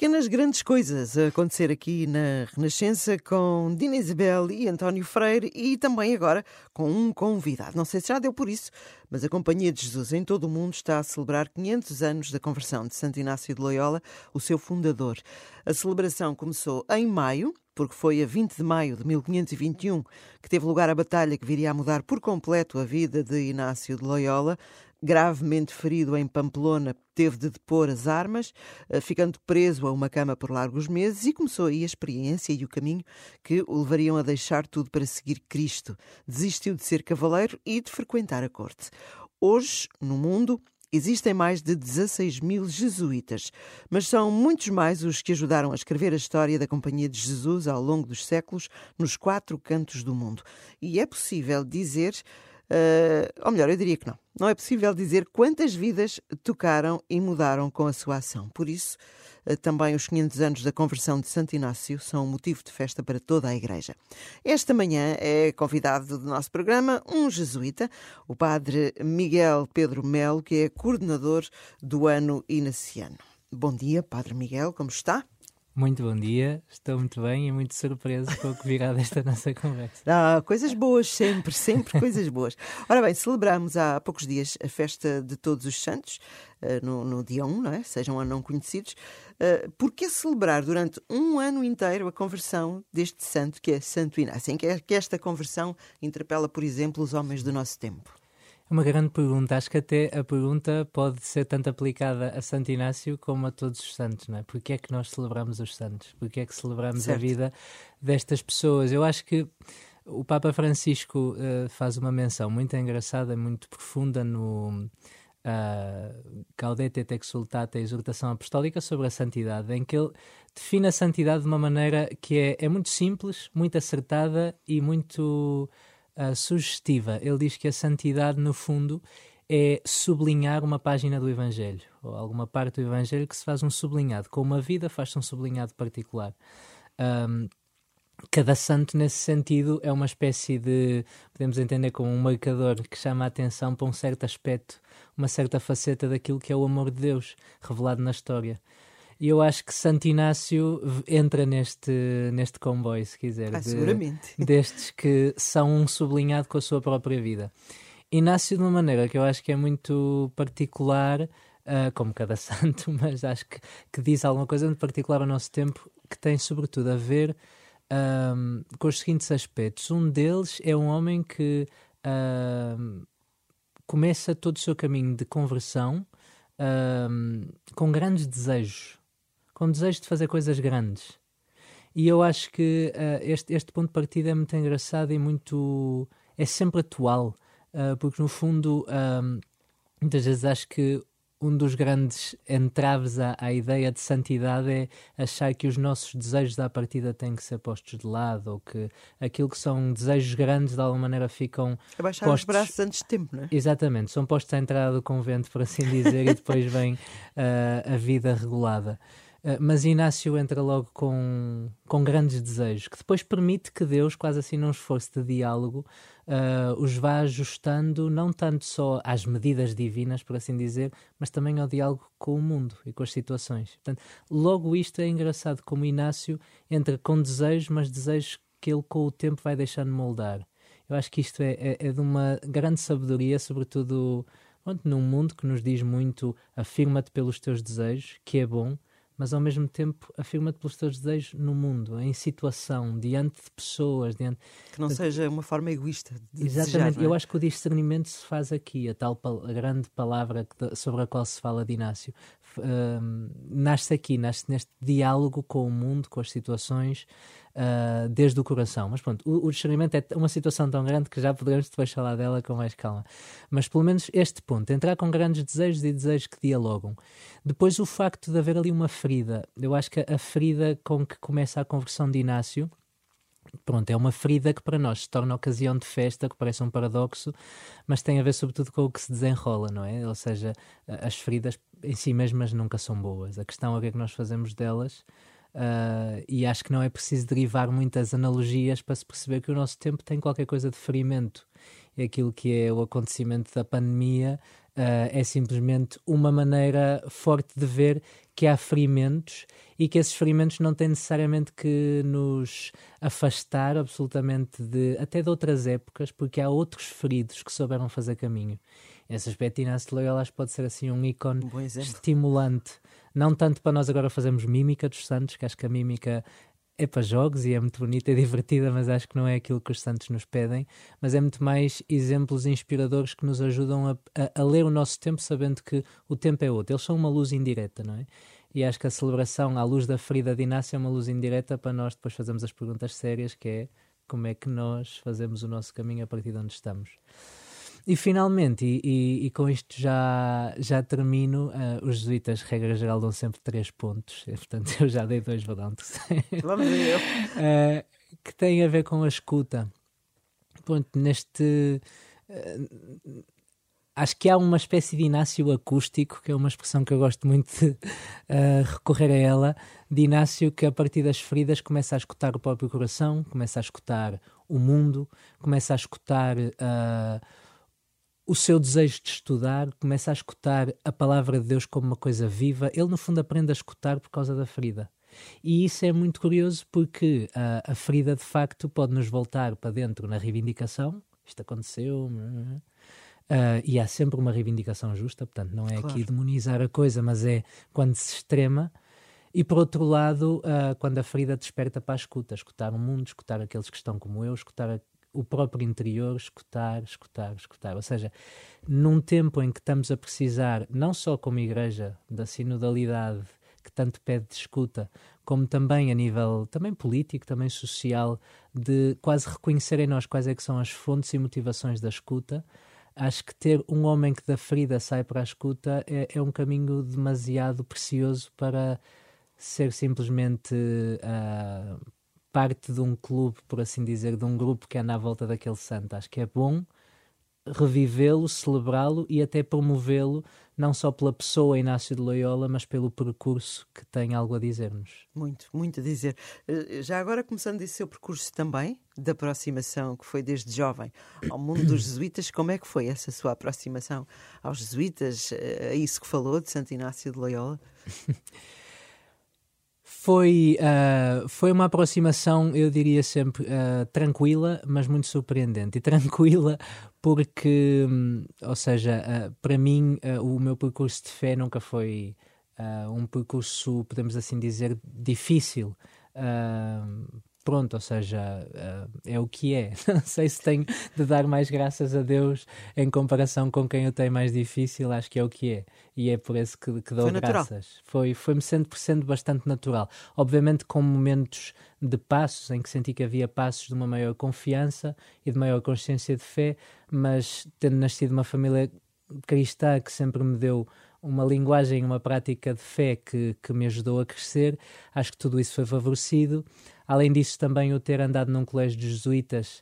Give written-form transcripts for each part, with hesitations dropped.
Pequenas grandes coisas a acontecer aqui na Renascença com Dina Isabel e António Freire e também agora com um convidado. Não sei se já deu por isso, mas a Companhia de Jesus em todo o mundo está a celebrar 500 anos da conversão de Santo Inácio de Loyola, o seu fundador. A celebração começou em maio, porque foi a 20 de maio de 1521 que teve lugar a batalha que viria a mudar por completo a vida de Inácio de Loyola. Gravemente ferido em Pamplona, teve de depor as armas, ficando preso a uma cama por largos meses, e começou aí a experiência e o caminho que o levariam a deixar tudo para seguir Cristo. Desistiu de ser cavaleiro e de frequentar a corte. Hoje, no mundo, existem mais de 16 mil jesuítas, mas são muitos mais os que ajudaram a escrever a história da Companhia de Jesus ao longo dos séculos nos 4 cantos do mundo. E é possível dizer, ou melhor, eu diria que não. Não é possível dizer quantas vidas tocaram e mudaram com a sua ação. Por isso, também os 500 anos da conversão de Santo Inácio são um motivo de festa para toda a Igreja. Esta manhã é convidado do nosso programa um jesuíta, o padre Miguel Pedro Melo, que é coordenador do ano inaciano. Bom dia, padre Miguel, como está? Muito bom dia, estou muito bem e muito surpreso com o que virá desta nossa conversa. Coisas boas, sempre coisas boas. Ora bem, celebramos há poucos dias a festa de Todos os Santos, no dia 1, não é? Sejam ou não conhecidos. Por que celebrar durante um ano inteiro a conversão deste santo, que é Santo Inácio? Em que esta conversão interpela, por exemplo, os homens do nosso tempo? É uma grande pergunta. Acho que até a pergunta pode ser tanto aplicada a Santo Inácio como a todos os santos, não é? Porquê é que nós celebramos os santos? Porquê é que celebramos Certo. a vida destas pessoas? Eu acho que o Papa Francisco faz uma menção muito engraçada, muito profunda no Gaudete et Exsultate, a exortação apostólica sobre a santidade, em que ele define a santidade de uma maneira que é muito simples, muito acertada e muito sugestiva. Ele diz que a santidade, no fundo, é sublinhar uma página do Evangelho, ou alguma parte do Evangelho que se faz um sublinhado. Com uma vida faz-se um sublinhado particular. Cada santo, nesse sentido, é uma espécie de, podemos entender como um marcador que chama a atenção para um certo aspecto, uma certa faceta daquilo que é o amor de Deus revelado na história. E eu acho que Santo Inácio entra neste comboio, se quiser, Seguramente. destes que são um sublinhado com a sua própria vida. Inácio de uma maneira que eu acho que é muito particular, como cada santo, mas acho que diz alguma coisa muito particular ao nosso tempo, que tem sobretudo a ver com os seguintes aspectos. Um deles é um homem que começa todo o seu caminho de conversão com grandes desejos, com desejo de fazer coisas grandes. E eu acho que este ponto de partida é muito engraçado e é sempre atual, porque no fundo muitas vezes acho que um dos grandes entraves à ideia de santidade é achar que os nossos desejos à partida têm que ser postos de lado, ou que aquilo que são desejos grandes de alguma maneira ficam Abaixar os braços antes de tempo, não é? Exatamente, são postos à entrada do convento, por assim dizer, e depois vem a vida regulada. Mas Inácio entra logo com grandes desejos, que depois permite que Deus, quase assim num esforço de diálogo, os vá ajustando, não tanto só às medidas divinas, por assim dizer, mas também ao diálogo com o mundo e com as situações. Portanto, logo isto é engraçado, como Inácio entra com desejos, mas desejos que ele com o tempo vai deixando moldar. Eu acho que isto é de uma grande sabedoria, sobretudo num mundo que nos diz muito, afirma-te pelos teus desejos, que é bom, mas ao mesmo tempo afirma-te pelos teus desejos no mundo, em situação, diante de pessoas. Que não seja uma forma egoísta de Exatamente, desejar, não é? eu acho que o discernimento se faz aqui, a grande palavra sobre a qual se fala de Inácio. Nasce aqui, nasce neste diálogo com o mundo, com as situações, desde o coração. Mas pronto, o discernimento é uma situação tão grande que já poderemos depois falar dela com mais calma. Mas pelo menos este ponto, entrar com grandes desejos e desejos que dialogam. Depois o facto de haver ali uma ferida, eu acho que a ferida com que começa a conversão de Inácio, pronto, é uma ferida que para nós se torna ocasião de festa, que parece um paradoxo, mas tem a ver sobretudo com o que se desenrola, não é? Ou seja, as feridas em si mesmas nunca são boas. A questão é o que é que nós fazemos delas. E acho que não é preciso derivar muitas analogias para se perceber que o nosso tempo tem qualquer coisa de ferimento. É aquilo que é o acontecimento da pandemia, É simplesmente uma maneira forte de ver que há ferimentos e que esses ferimentos não têm necessariamente que nos afastar absolutamente até de outras épocas, porque há outros feridos que souberam fazer caminho. Nesse aspecto, Inácio de Loyola pode ser assim um ícone Um bom exemplo. estimulante, não tanto para nós agora fazermos mímica dos santos, que acho que a mímica é para jogos e é muito bonita e divertida, mas acho que não é aquilo que os santos nos pedem, mas é muito mais exemplos inspiradores que nos ajudam a ler o nosso tempo, sabendo que o tempo é outro. Eles são uma luz indireta, não é? E acho que a celebração à luz da ferida de Inácio é uma luz indireta para nós depois fazermos as perguntas sérias, que é como é que nós fazemos o nosso caminho a partir de onde estamos. E finalmente, e com isto já termino, os jesuítas, regra geral, dão sempre 3 pontos, portanto eu já dei 2, vou dar um terceiro. Vamos ver. Que tem a ver com a escuta. Pronto, acho que há uma espécie de Inácio acústico, que é uma expressão que eu gosto muito de recorrer a ela, de Inácio que a partir das feridas começa a escutar o próprio coração, começa a escutar o mundo, começa a escutar o seu desejo de estudar, começa a escutar a palavra de Deus como uma coisa viva. Ele no fundo aprende a escutar por causa da ferida. E isso é muito curioso porque a ferida de facto pode nos voltar para dentro na reivindicação, isto aconteceu, e há sempre uma reivindicação justa, portanto não é aqui demonizar a coisa, mas é quando se extrema. E por outro lado, quando a ferida desperta para a escuta, escutar o mundo, escutar aqueles que estão como eu, escutar o próprio interior, escutar. Ou seja, num tempo em que estamos a precisar, não só como igreja, da sinodalidade que tanto pede de escuta, como também a nível também político, também social, de quase reconhecer em nós quais é que são as fontes e motivações da escuta, acho que ter um homem que da ferida sai para a escuta é um caminho demasiado precioso para ser simplesmente parte de um clube, por assim dizer, de um grupo que anda à volta daquele santo. Acho que é bom revivê-lo, celebrá-lo e até promovê-lo, não só pela pessoa Inácio de Loyola, mas pelo percurso que tem algo a dizer-nos. Muito, muito a dizer. Já agora, começando esse seu percurso também, de aproximação, que foi desde jovem ao mundo dos jesuítas, como é que foi essa sua aproximação aos jesuítas, a isso que falou de Santo Inácio de Loyola? Foi uma aproximação, eu diria sempre, tranquila, mas muito surpreendente. E tranquila porque, ou seja, para mim, o meu percurso de fé nunca foi um percurso, podemos assim dizer, difícil. Pronto, ou seja, é o que é. Não sei se tenho de dar mais graças a Deus em comparação com quem eu tenho mais difícil, acho que é o que é. E é por isso que dou graças. Foi-me sendo bastante natural. Obviamente com momentos de passos, em que senti que havia passos de uma maior confiança e de maior consciência de fé, mas tendo nascido numa família cristã que sempre me deu uma linguagem, uma prática de fé que me ajudou a crescer, acho que tudo isso foi favorecido. Além disso, também o ter andado num colégio de jesuítas,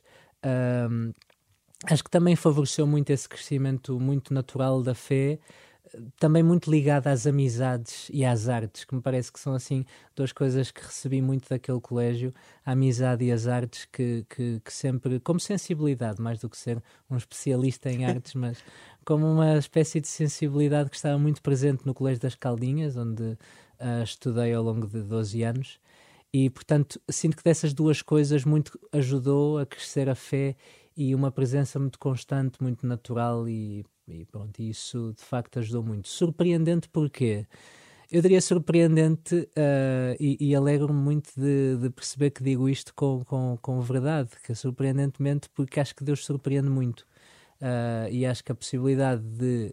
acho que também favoreceu muito esse crescimento muito natural da fé, também muito ligado às amizades e às artes, que me parece que são assim 2 coisas que recebi muito daquele colégio, a amizade e as artes, que sempre, como sensibilidade, mais do que ser um especialista em artes, mas como uma espécie de sensibilidade que estava muito presente no Colégio das Caldinhas, onde estudei ao longo de 12 anos. E, portanto, sinto que dessas 2 coisas muito ajudou a crescer a fé e uma presença muito constante, muito natural e pronto, isso de facto ajudou muito. Surpreendente porquê? Eu diria surpreendente e alegro-me muito de perceber que digo isto com verdade, que é surpreendentemente porque acho que Deus surpreende muito e acho que a possibilidade de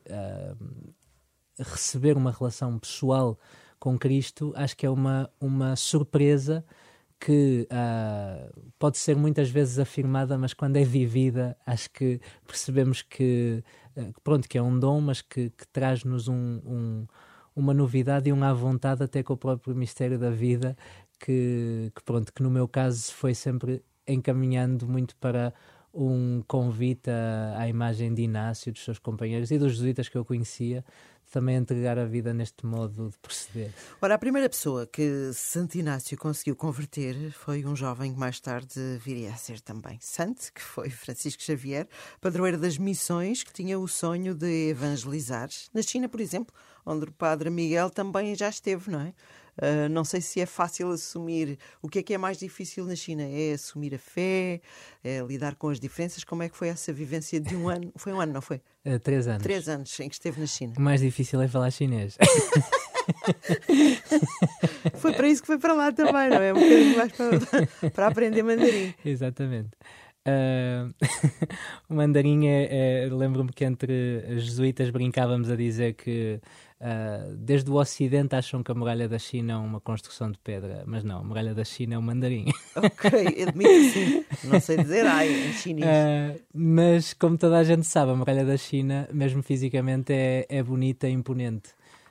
receber uma relação pessoal com Cristo, acho que é uma surpresa que pode ser muitas vezes afirmada, mas quando é vivida, acho que percebemos que é um dom, mas que traz-nos uma novidade e à vontade até com o próprio mistério da vida, que no meu caso foi sempre encaminhando muito para um convite à imagem de Inácio, dos seus companheiros e dos jesuítas que eu conhecia, também entregar a vida neste modo de proceder. Ora, a primeira pessoa que Santo Inácio conseguiu converter foi um jovem que mais tarde viria a ser também santo, que foi Francisco Xavier, padroeiro das missões, que tinha o sonho de evangelizar. Na China, por exemplo, onde o padre Miguel também já esteve, não é? Não sei se é fácil assumir. O que é mais difícil na China? É assumir a fé, é lidar com as diferenças. Como é que foi essa vivência de um ano? Foi um ano, não foi? 3 anos. 3 anos em que esteve na China. O mais difícil é falar chinês. Foi para isso que foi para lá também, não é? Um bocadinho mais para aprender mandarim. Exatamente. O mandarim lembro-me que entre jesuítas brincávamos a dizer que desde o Ocidente acham que a muralha da China é uma construção de pedra, mas não, a muralha da China é o mandarim. Ok, admito sim. Não sei dizer ai em chinês. Mas como toda a gente sabe, a muralha da China, mesmo fisicamente, é bonita e imponente.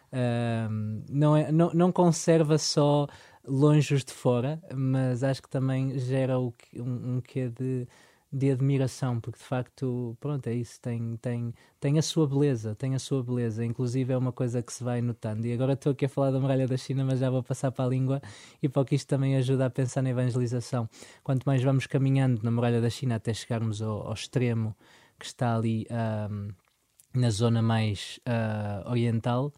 Não conserva só longe de fora, mas acho que também gera um quê de admiração, porque de facto, pronto, é isso, tem a sua beleza, inclusive é uma coisa que se vai notando. E agora estou aqui a falar da muralha da China, mas já vou passar para a língua, e para que isto também ajuda a pensar na evangelização. Quanto mais vamos caminhando na muralha da China até chegarmos ao extremo que está ali na zona mais oriental,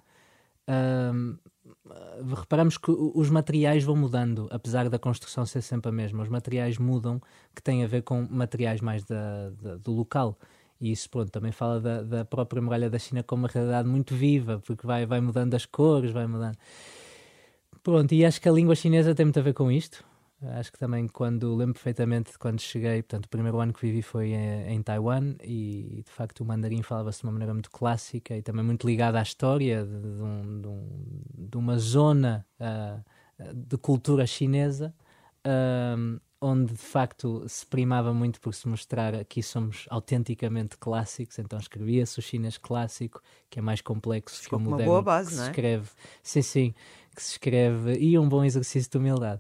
reparamos que os materiais vão mudando, apesar da construção ser sempre a mesma. Os materiais mudam, que tem a ver com materiais mais do local. E isso, pronto, também fala da própria muralha da China como uma realidade muito viva, porque vai mudando as cores, vai mudando. Pronto, e acho que a língua chinesa tem muito a ver com isto. Acho que também lembro perfeitamente de quando cheguei, portanto, o primeiro ano que vivi foi em Taiwan, e de facto o mandarim falava-se de uma maneira muito clássica e também muito ligada à história de uma zona de cultura chinesa, onde de facto se primava muito por se mostrar aqui somos autenticamente clássicos, então escrevia-se o chinês clássico, que é mais complexo que o moderno, uma boa base, que não é? se escreve, sim, que se escreve, e um bom exercício de humildade.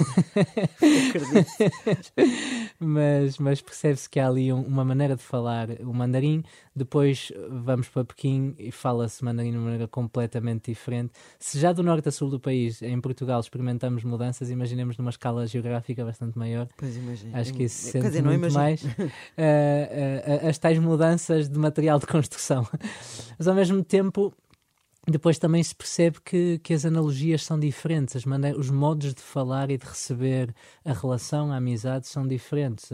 mas percebe-se que há ali uma maneira de falar o mandarim. Depois vamos para Pequim e fala-se mandarim de uma maneira completamente diferente. Se já do norte a sul do país, em Portugal, experimentamos mudanças, imaginemos numa escala geográfica bastante maior. Pois imagino. Acho que isso se sente muito mais as tais mudanças de material de construção. Mas ao mesmo tempo, depois também se percebe que as analogias são diferentes, os modos de falar e de receber a relação, a amizade são diferentes.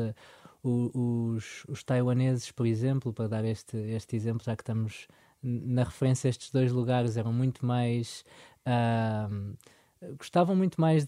Os taiwaneses, por exemplo, para dar este exemplo, já que estamos na referência a estes dois lugares, eram muito mais... gostavam muito mais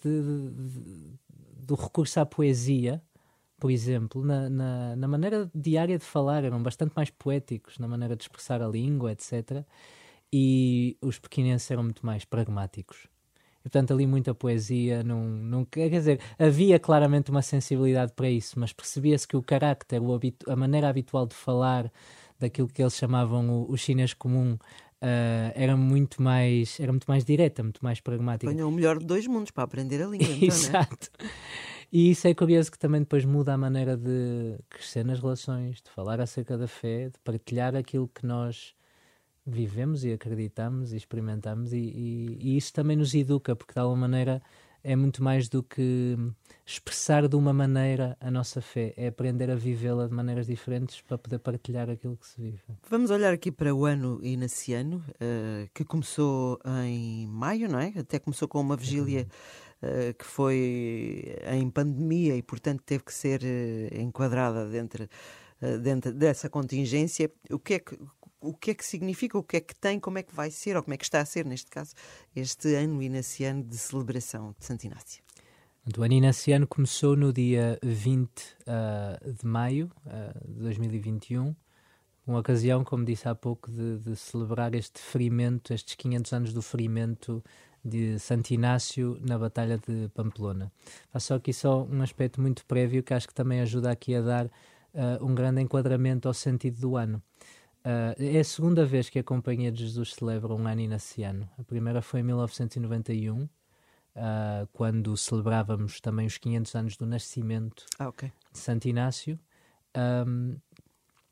do recurso à poesia, por exemplo, na maneira diária de falar, eram bastante mais poéticos, na maneira de expressar a língua, etc., e os pequinenses eram muito mais pragmáticos. E, portanto, ali muita poesia, quer dizer, havia claramente uma sensibilidade para isso, mas percebia-se que o carácter, a maneira habitual de falar, daquilo que eles chamavam o chinês comum, era muito mais direta, muito mais pragmática. Ponham o melhor de dois mundos para aprender a língua. Então, exato. Né? E isso é curioso, que também depois muda a maneira de crescer nas relações, de falar acerca da fé, de partilhar aquilo que nós vivemos e acreditamos e experimentamos, e isso também nos educa, porque de alguma maneira é muito mais do que expressar de uma maneira a nossa fé, é aprender a vivê-la de maneiras diferentes para poder partilhar aquilo que se vive. Vamos olhar aqui para o ano inaciano, que começou em maio, não é? Até começou com uma vigília que foi em pandemia e, portanto, teve que ser enquadrada dentro dessa contingência. O que é que significa, o que é que tem, como é que vai ser, ou como é que está a ser, neste caso, este ano inaciano de celebração de Santo Inácio? O ano inaciano começou no dia 20 de maio de 2021, uma ocasião, como disse há pouco, de celebrar este ferimento, estes 500 anos do ferimento de Santo Inácio na Batalha de Pamplona. Faço aqui só um aspecto muito prévio que acho que também ajuda aqui a dar um grande enquadramento ao sentido do ano. É a segunda vez que a Companhia de Jesus celebra um ano inaciano. A primeira foi em 1991, quando celebrávamos também os 500 anos do nascimento de Santo Inácio.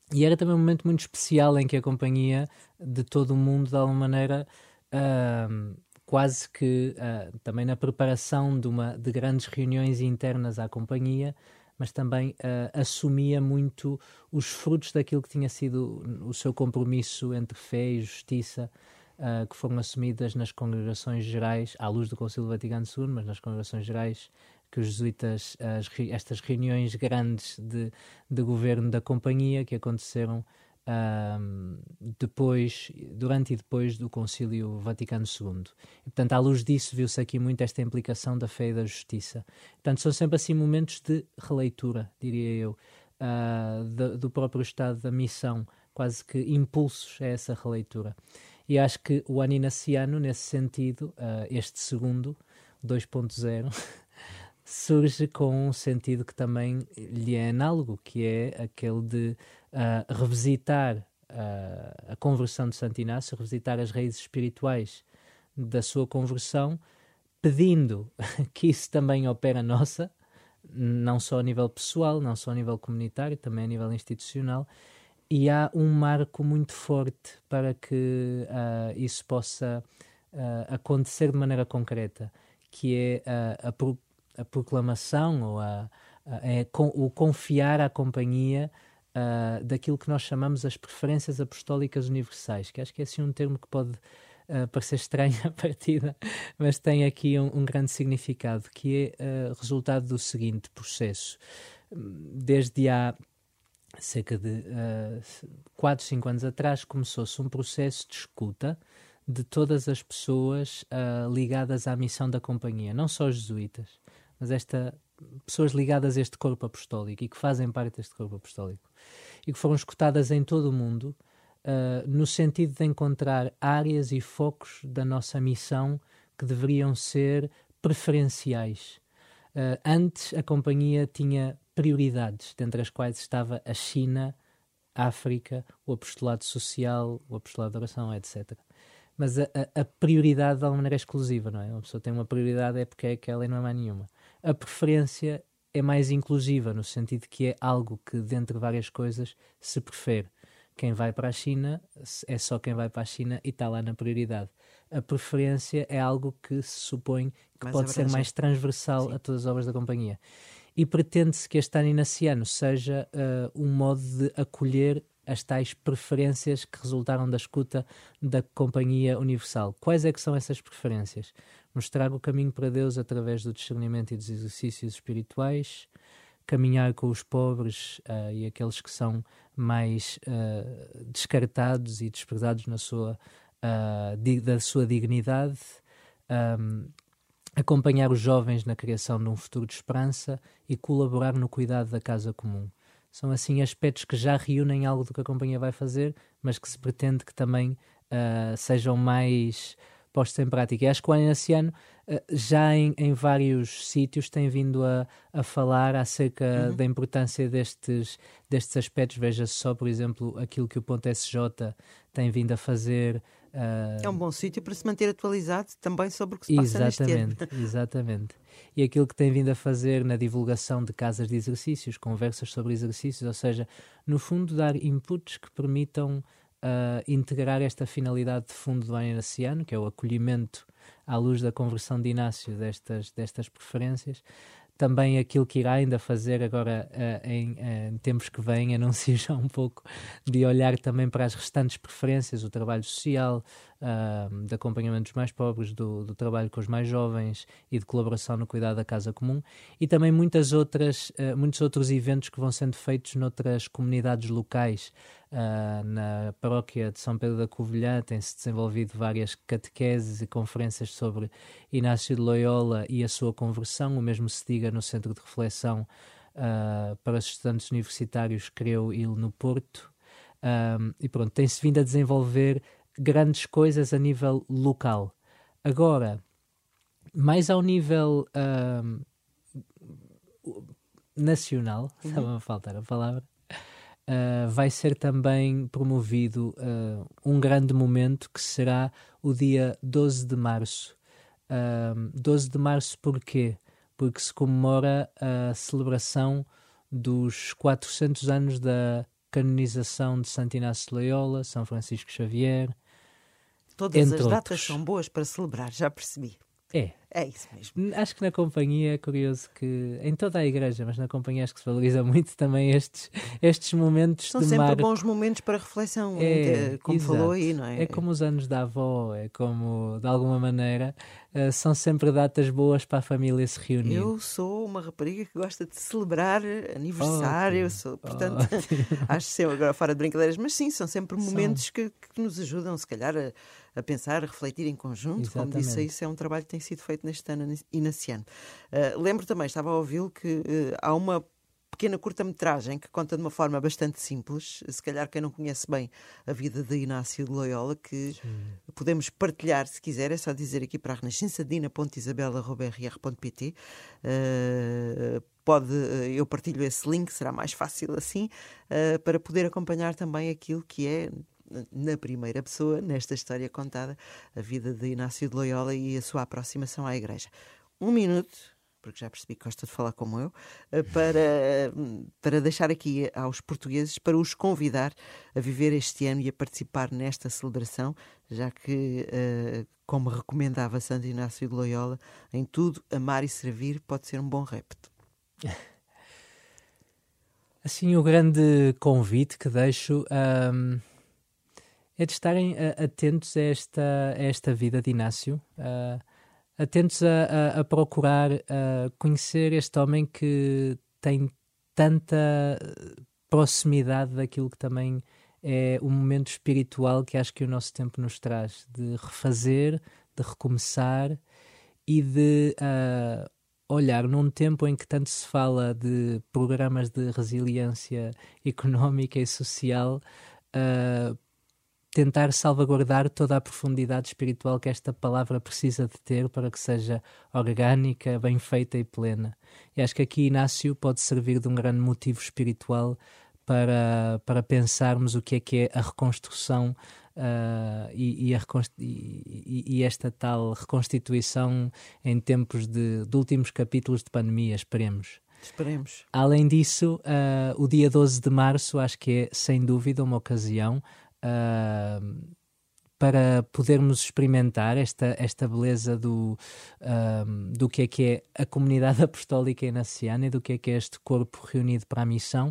E era também um momento muito especial em que a companhia de todo o mundo, de alguma maneira, quase que também na preparação de grandes reuniões internas à companhia, mas também assumia muito os frutos daquilo que tinha sido o seu compromisso entre fé e justiça, que foram assumidas nas congregações gerais, à luz do Concílio Vaticano II, mas nas congregações gerais que os jesuítas, estas reuniões grandes de governo da companhia que aconteceram durante e depois do Concílio Vaticano II. E, portanto, à luz disso, viu-se aqui muito esta implicação da fé e da justiça. Portanto, são sempre assim momentos de releitura, diria eu, do próprio estado da missão, quase que impulsos a essa releitura. E acho que o ano inaciano, nesse sentido, este segundo, 2.0, surge com um sentido que também lhe é análogo, que é aquele de revisitar a conversão de Santo Inácio, revisitar as raízes espirituais da sua conversão, pedindo que isso também opere a nossa, não só a nível pessoal, não só a nível comunitário, também a nível institucional. E há um marco muito forte para que isso possa acontecer de maneira concreta, que é a proclamação ou o confiar à companhia daquilo que nós chamamos as preferências apostólicas universais, que acho que é assim um termo que pode parecer estranho à partida, mas tem aqui um grande significado, que é resultado do seguinte processo. Desde há cerca de 4, 5 anos atrás, começou-se um processo de escuta de todas as pessoas ligadas à missão da companhia, não só os jesuítas, mas pessoas ligadas a este corpo apostólico e que fazem parte deste corpo apostólico e que foram escutadas em todo o mundo, no sentido de encontrar áreas e focos da nossa missão que deveriam ser preferenciais. Antes, a companhia tinha prioridades, dentre as quais estava a China, a África, o apostolado social, o apostolado de oração, etc. Mas a prioridade de alguma maneira é exclusiva, não é? Uma pessoa tem uma prioridade é porque é aquela e não é mais nenhuma. A preferência é mais inclusiva, no sentido que é algo que, dentre várias coisas, se prefere. Quem vai para a China é só quem vai para a China e está lá na prioridade. A preferência é algo que se supõe que pode ser mais transversal a todas as obras da companhia. E pretende-se que este ano inaciano seja um modo de acolher as tais preferências que resultaram da escuta da Companhia Universal. Quais é que são essas preferências? Mostrar o caminho para Deus através do discernimento e dos exercícios espirituais, caminhar com os pobres e aqueles que são mais descartados e desprezados da sua dignidade, acompanhar os jovens na criação de um futuro de esperança e colaborar no cuidado da casa comum. São assim aspectos que já reúnem algo do que a companhia vai fazer, mas que se pretende que também sejam mais postos em prática. E acho que o ano inaciano já em vários sítios tem vindo a falar acerca da importância destes aspectos. Veja-se só, por exemplo, aquilo que o Ponto SJ tem vindo a fazer. É um bom sítio para se manter atualizado também sobre o que se passa neste ano. Exatamente. E aquilo que tem vindo a fazer na divulgação de casas de exercícios, conversas sobre exercícios, ou seja, no fundo dar inputs que permitam integrar esta finalidade de fundo do ano inaciano, que é o acolhimento à luz da conversão de Inácio destas preferências. Também aquilo que irá ainda fazer agora em tempos que vêm, anuncio já um pouco, de olhar também para as restantes preferências, o trabalho social, de acompanhamento dos mais pobres, do trabalho com os mais jovens e de colaboração no cuidado da casa comum, e também muitos outros eventos que vão sendo feitos noutras comunidades locais. Na paróquia de São Pedro da Covilhã tem-se desenvolvido várias catequeses e conferências sobre Inácio de Loyola e a sua conversão. O mesmo se diga no Centro de Reflexão para os estudantes universitários Creu Il no Porto. E pronto, tem-se vindo a desenvolver grandes coisas a nível local. Agora, mais ao nível nacional, estava a faltar a palavra, vai ser também promovido um grande momento que será o dia 12 de março. 12 de março porquê? Porque se comemora a celebração dos 400 anos da canonização de Santo Inácio de Loyola, São Francisco Xavier. Todas entre as datas outros. são boas para celebrar, já percebi. É. É isso mesmo. Acho que na companhia é curioso que, em toda a igreja, mas na companhia acho que se valoriza muito também estes momentos São de sempre marco. bons momentos para reflexão, como exato. falou aí, não é? É como os anos da avó, é como, de alguma maneira, são sempre datas boas para a família se reunir. Eu sou uma rapariga que gosta de celebrar aniversário, portanto, acho sempre, agora fora de brincadeiras, mas sim, são sempre momentos que nos ajudam, se calhar, a pensar, a refletir em conjunto. Exatamente. Como disse, isso é um trabalho que tem sido feito neste ano inaciano. Lembro também, estava a ouvi-lo, que há uma pequena curta-metragem que conta de uma forma bastante simples, se calhar quem não conhece bem a vida de Inácio de Loyola, que podemos partilhar se quiser, é só dizer aqui para a renascençadina.isabela.rr.pt. Eu partilho esse link, será mais fácil assim, para poder acompanhar também aquilo que é, na primeira pessoa, nesta história contada, a vida de Inácio de Loyola e a sua aproximação à Igreja. 1 minuto, porque já percebi que gosta de falar como eu, para deixar aqui aos portugueses, para os convidar a viver este ano e a participar nesta celebração, já que, como recomendava Santo Inácio de Loyola, em tudo, amar e servir pode ser um bom repto. Assim, o grande convite que deixo é de estarem atentos a esta vida de Inácio, atentos a procurar conhecer este homem que tem tanta proximidade daquilo que também é o momento espiritual que acho que o nosso tempo nos traz, de refazer, de recomeçar e de olhar num tempo em que tanto se fala de programas de resiliência económica e social, tentar salvaguardar toda a profundidade espiritual que esta palavra precisa de ter para que seja orgânica, bem feita e plena. E acho que aqui Inácio pode servir de um grande motivo espiritual para pensarmos o que é a reconstrução e esta tal reconstituição em tempos de últimos capítulos de pandemia, esperemos. Esperemos. Além disso, o dia 12 de março acho que é sem dúvida uma ocasião para podermos experimentar esta beleza do que é a comunidade apostólica inaciana e do que é este corpo reunido para a missão,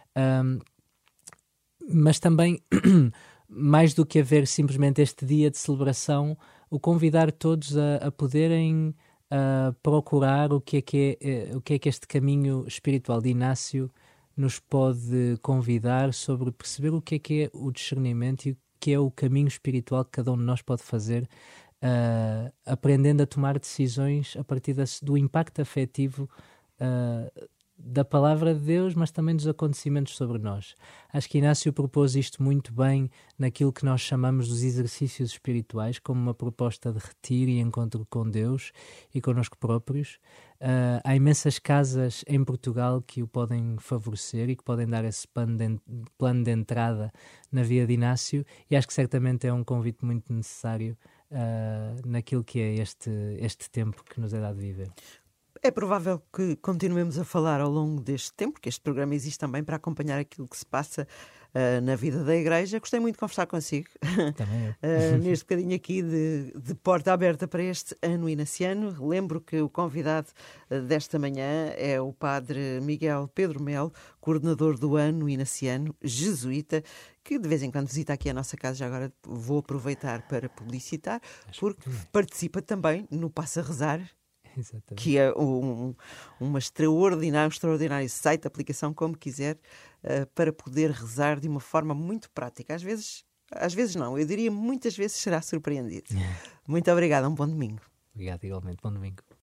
mas também mais do que haver simplesmente este dia de celebração, o convidar todos a poderem procurar o que é que este caminho espiritual de Inácio nos pode convidar sobre perceber o que é o discernimento e o que é o caminho espiritual que cada um de nós pode fazer, aprendendo a tomar decisões a partir do impacto afetivo da palavra de Deus, mas também dos acontecimentos sobre nós. Acho que Inácio propôs isto muito bem naquilo que nós chamamos dos exercícios espirituais, como uma proposta de retiro e encontro com Deus e connosco próprios. Há imensas casas em Portugal que o podem favorecer e que podem dar esse plano de entrada na vida de Inácio, e acho que certamente é um convite muito necessário naquilo que é este tempo que nos é dado viver. É provável que continuemos a falar ao longo deste tempo, porque este programa existe também para acompanhar aquilo que se passa na vida da Igreja. Gostei muito de conversar consigo. Também neste bocadinho aqui de porta aberta para este ano inaciano. Lembro que o convidado desta manhã é o padre Miguel Pedro Melo, coordenador do ano inaciano, jesuíta, que de vez em quando visita aqui a nossa casa. Já agora vou aproveitar para publicitar, porque participa também no Passa a Rezar. Exatamente. Que é um extraordinário site, aplicação, como quiser, para poder rezar de uma forma muito prática. Às vezes não, eu diria muitas vezes será surpreendido. Muito obrigada, um bom domingo. Obrigado, igualmente, bom domingo.